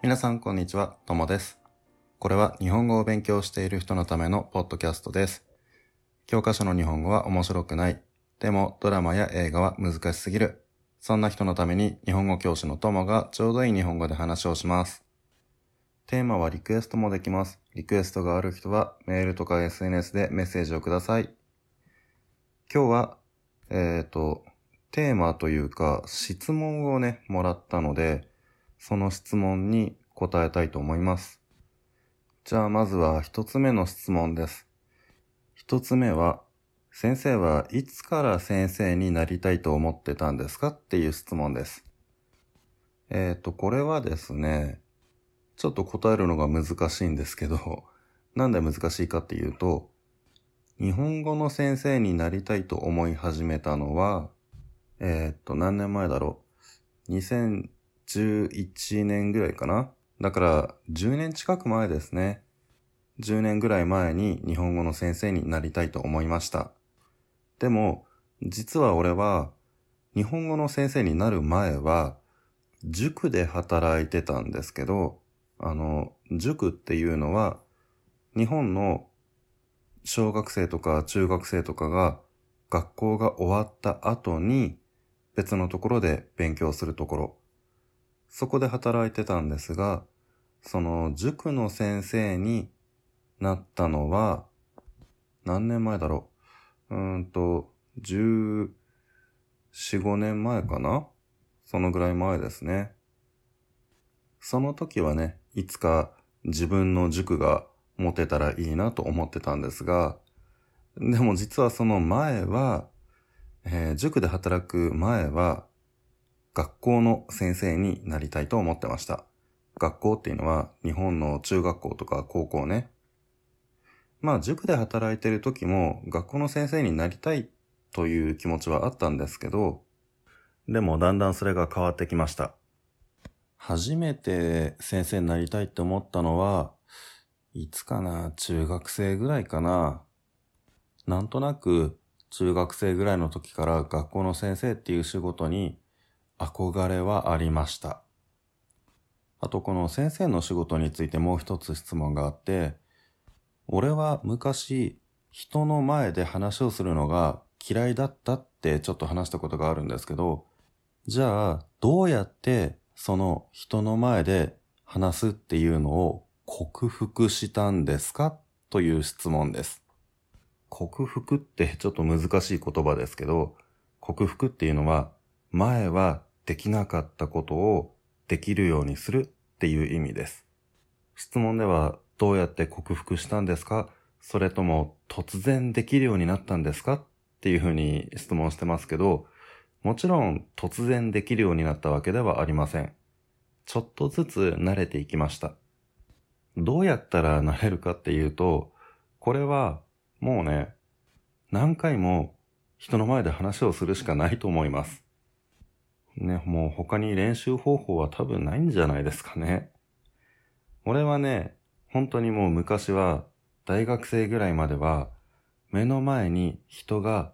皆さんこんにちは、ともです。これは日本語を勉強している人のためのポッドキャストです。教科書の日本語は面白くない。でもドラマや映画は難しすぎる。そんな人のために日本語教師のともがちょうどいい日本語で話をします。テーマはリクエストもできます。リクエストがある人はメールとか SNS でメッセージをください。今日は、テーマというか質問をね、もらったので、その質問に答えたいと思います。じゃあまずは一つ目の質問です。一つ目は、先生はいつから先生になりたいと思ってたんですかっていう質問です。これはですね、ちょっと答えるのが難しいんですけど、なんで難しいかっていうと、日本語の先生になりたいと思い始めたのは、何年前だろう。2011年ぐらいかな。だから10年近く前ですね。10年ぐらい前に日本語の先生になりたいと思いました。でも、実は俺は日本語の先生になる前は塾で働いてたんですけど、塾っていうのは日本の小学生とか中学生とかが学校が終わった後に別のところで勉強するところ。そこで働いてたんですが、その塾の先生になったのは何年前だろう。14、5年前かな。そのぐらい前ですね。その時はね、いつか自分の塾が持てたらいいなと思ってたんですが、でも実はその前は、塾で働く前は、学校の先生になりたいと思ってました。学校っていうのは日本の中学校とか高校ね。まあ塾で働いてる時も学校の先生になりたいという気持ちはあったんですけど、でもだんだんそれが変わってきました。初めて先生になりたいって思ったのは、いつかな、中学生ぐらいかな。なんとなく中学生ぐらいの時から学校の先生っていう仕事に憧れはありました。あとこの先生の仕事についてもう一つ質問があって、俺は昔人の前で話をするのが嫌いだったってちょっと話したことがあるんですけど、じゃあどうやってその人の前で話すっていうのを克服したんですかという質問です。克服ってちょっと難しい言葉ですけど、克服っていうのは前はできなかったことをできるようにするっていう意味です。質問ではどうやって克服したんですか？それとも突然できるようになったんですか？っていうふうに質問してますけど、もちろん突然できるようになったわけではありません。ちょっとずつ慣れていきました。どうやったら慣れるかっていうと、これはもうね、何回も人の前で話をするしかないと思います。ね、もう他に練習方法は多分ないんじゃないですかね。俺はね、本当にもう昔は大学生ぐらいまでは目の前に人が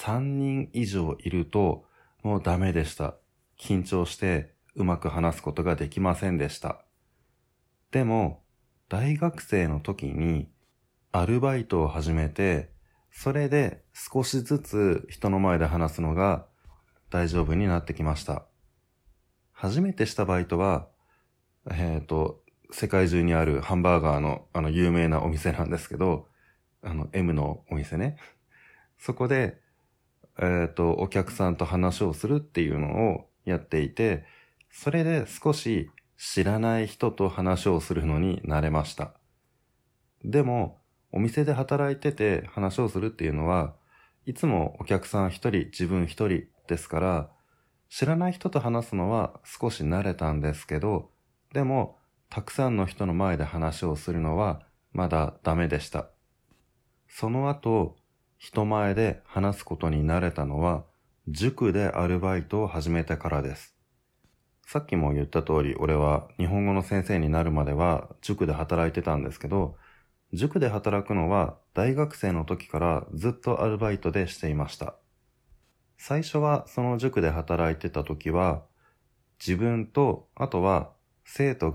3人以上いるともうダメでした。緊張してうまく話すことができませんでした。でも大学生の時にアルバイトを始めて、それで少しずつ人の前で話すのが大丈夫になってきました。初めてしたバイトは、世界中にあるハンバーガーの有名なお店なんですけど、M のお店ね。そこで、お客さんと話をするっていうのをやっていて、それで少し知らない人と話をするのに慣れました。でも、お店で働いてて話をするっていうのは、いつもお客さん一人、自分一人ですから、知らない人と話すのは少し慣れたんですけど、でも、たくさんの人の前で話をするのはまだダメでした。その後、人前で話すことに慣れたのは、塾でアルバイトを始めてからです。さっきも言った通り、俺は日本語の先生になるまでは塾で働いてたんですけど、塾で働くのは大学生の時からずっとアルバイトでしていました。最初はその塾で働いてた時は、自分とあとは生徒が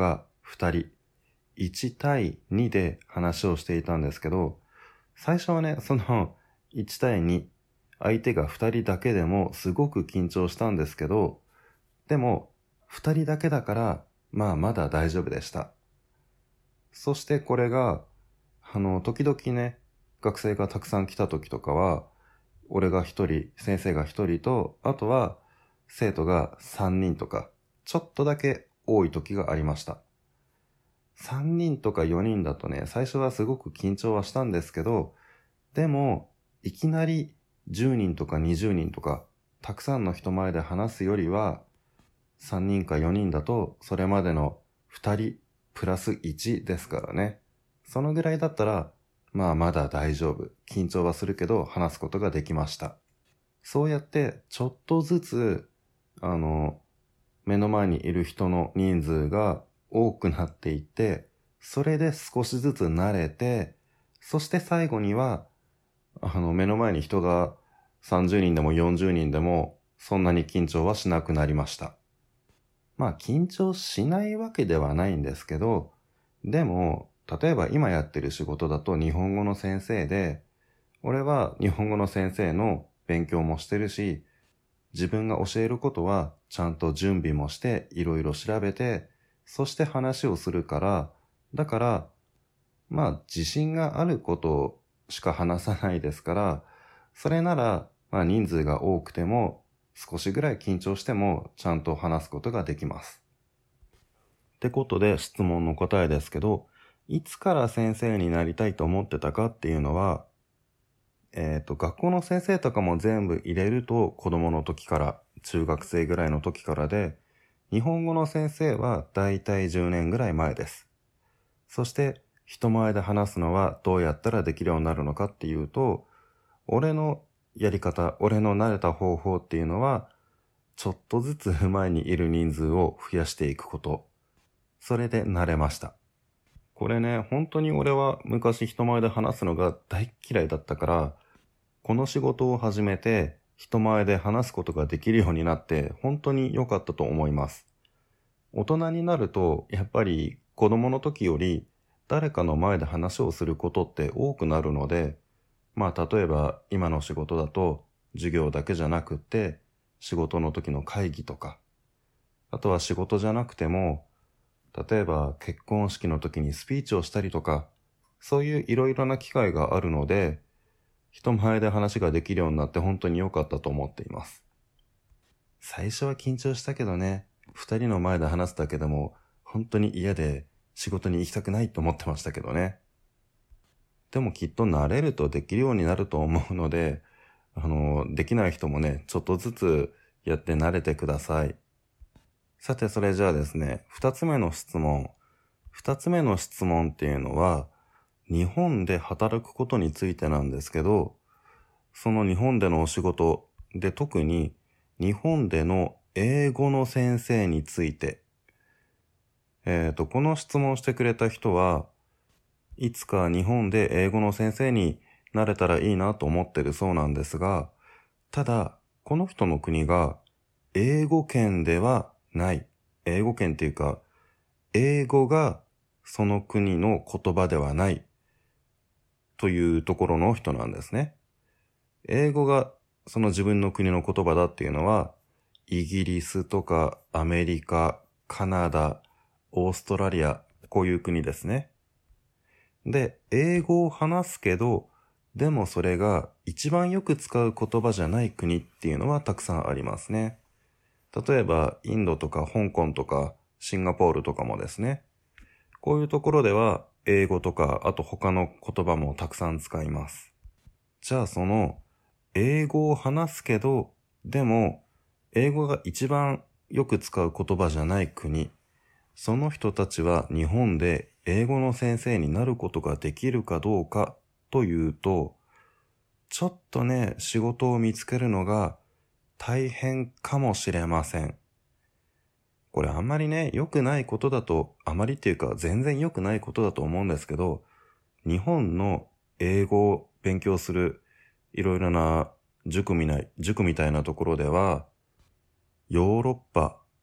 2人、1対2で話をしていたんですけど、最初はね、その1対2、相手が2人だけでもすごく緊張したんですけど、でも2人だけだから、まだ大丈夫でした。そしてこれが、時々ね、学生がたくさん来た時とかは、俺が1人、先生が1人と、あとは生徒が3人とか、ちょっとだけ多い時がありました。3人とか4人だとね、最初はすごく緊張はしたんですけど、でも、いきなり10人とか20人とか、たくさんの人前で話すよりは、3人か4人だと、それまでの2人プラス1ですからね。そのぐらいだったら、まだ大丈夫。緊張はするけど、話すことができました。そうやって、ちょっとずつ、目の前にいる人の人数が多くなっていって、それで少しずつ慣れて、そして最後には、目の前に人が30人でも40人でも、そんなに緊張はしなくなりました。緊張しないわけではないんですけど、でも、例えば今やってる仕事だと日本語の先生で、俺は日本語の先生の勉強もしてるし、自分が教えることはちゃんと準備もしていろいろ調べて、そして話をするから、だから、自信があることしか話さないですから、それなら、人数が多くても、少しぐらい緊張してもちゃんと話すことができます。ってことで質問の答えですけど、いつから先生になりたいと思ってたかっていうのは、学校の先生とかも全部入れると子供の時から、中学生ぐらいの時からで、日本語の先生はだいたい10年ぐらい前です。そして人前で話すのはどうやったらできるようになるのかっていうと、俺のやり方、俺の慣れた方法っていうのは、ちょっとずつ前にいる人数を増やしていくこと。それで慣れました。これね、本当に俺は昔人前で話すのが大嫌いだったから、この仕事を始めて人前で話すことができるようになって本当に良かったと思います。大人になるとやっぱり子供の時より誰かの前で話をすることって多くなるので、例えば今の仕事だと授業だけじゃなくって仕事の時の会議とか、あとは仕事じゃなくても、例えば結婚式の時にスピーチをしたりとか、そういういろいろな機会があるので、人前で話ができるようになって本当に良かったと思っています。最初は緊張したけどね、2人の前で話すだけでも本当に嫌で仕事に行きたくないと思ってましたけどね。でもきっと慣れるとできるようになると思うので、できない人もね、ちょっとずつやって慣れてください。さて、それじゃあですね、二つ目の質問っていうのは、日本で働くことについてなんですけど、その日本でのお仕事で特に日本での英語の先生について、この質問してくれた人はいつか日本で英語の先生になれたらいいなと思ってるそうなんですが、ただ、この人の国が英語圏ではない。英語圏っていうか、英語がその国の言葉ではないというところの人なんですね。英語がその自分の国の言葉だっていうのは、イギリスとかアメリカ、カナダ、オーストラリア、こういう国ですね。で、英語を話すけど、でもそれが一番よく使う言葉じゃない国っていうのはたくさんありますね。例えば、インドとか香港とかシンガポールとかもですね。こういうところでは英語とか、あと他の言葉もたくさん使います。じゃあその、英語を話すけど、でも、英語が一番よく使う言葉じゃない国、その人たちは日本で英語の先生になることができるかどうかというと、ちょっとね、仕事を見つけるのが大変かもしれません。これあんまりね、良くないことだと、あまりっていうか全然良くないことだと思うんですけど、日本の英語を勉強するいろいろな塾みたいなところでは、ヨーロッパ、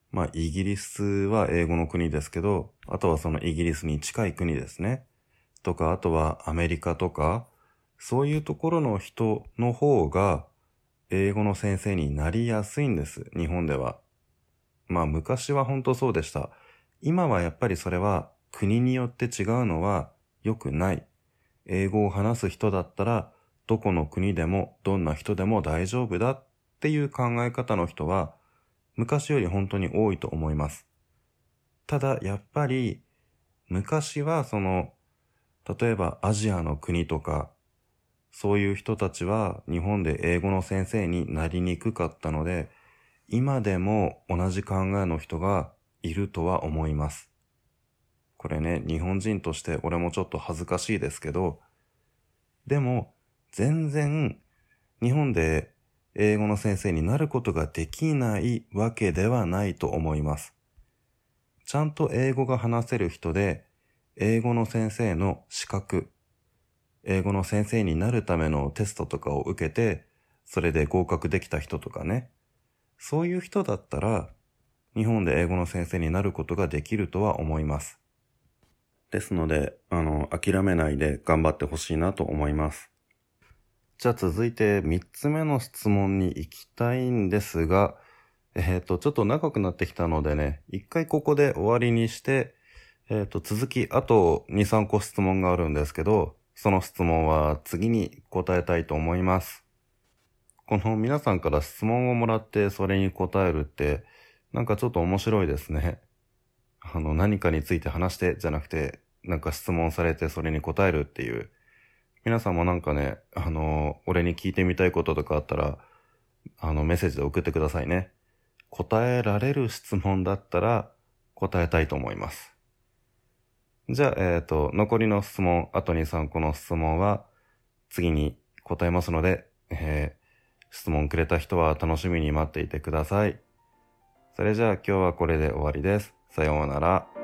イギリスは英語の国ですけど、あとはそのイギリスに近い国ですね。とか、あとはアメリカとか、そういうところの人の方が英語の先生になりやすいんです、日本では。昔は本当そうでした。今はやっぱりそれは国によって違うのは良くない。英語を話す人だったら、どこの国でもどんな人でも大丈夫だっていう考え方の人は、昔より本当に多いと思います。ただ、やっぱり、昔は例えばアジアの国とか、そういう人たちは日本で英語の先生になりにくかったので、今でも同じ考えの人がいるとは思います。これね、日本人として俺もちょっと恥ずかしいですけど、でも全然日本で英語の先生になることができないわけではないと思います。ちゃんと英語が話せる人で、英語の先生の資格、英語の先生になるためのテストとかを受けて、それで合格できた人とかね。そういう人だったら、日本で英語の先生になることができるとは思います。ですので、諦めないで頑張ってほしいなと思います。じゃあ続いて3つ目の質問に行きたいんですが、ちょっと長くなってきたのでね、一回ここで終わりにして、続き、あと2、3個質問があるんですけど、その質問は次に答えたいと思います。この皆さんから質問をもらってそれに答えるって、なんかちょっと面白いですね。何かについて話してじゃなくて、なんか質問されてそれに答えるっていう。皆さんもなんかね、俺に聞いてみたいこととかあったら、メッセージで送ってくださいね。答えられる質問だったら答えたいと思います。じゃあ、残りの質問、あと2、3個の質問は次に答えますので、質問くれた人は楽しみに待っていてください。それじゃあ今日はこれで終わりです。さようなら。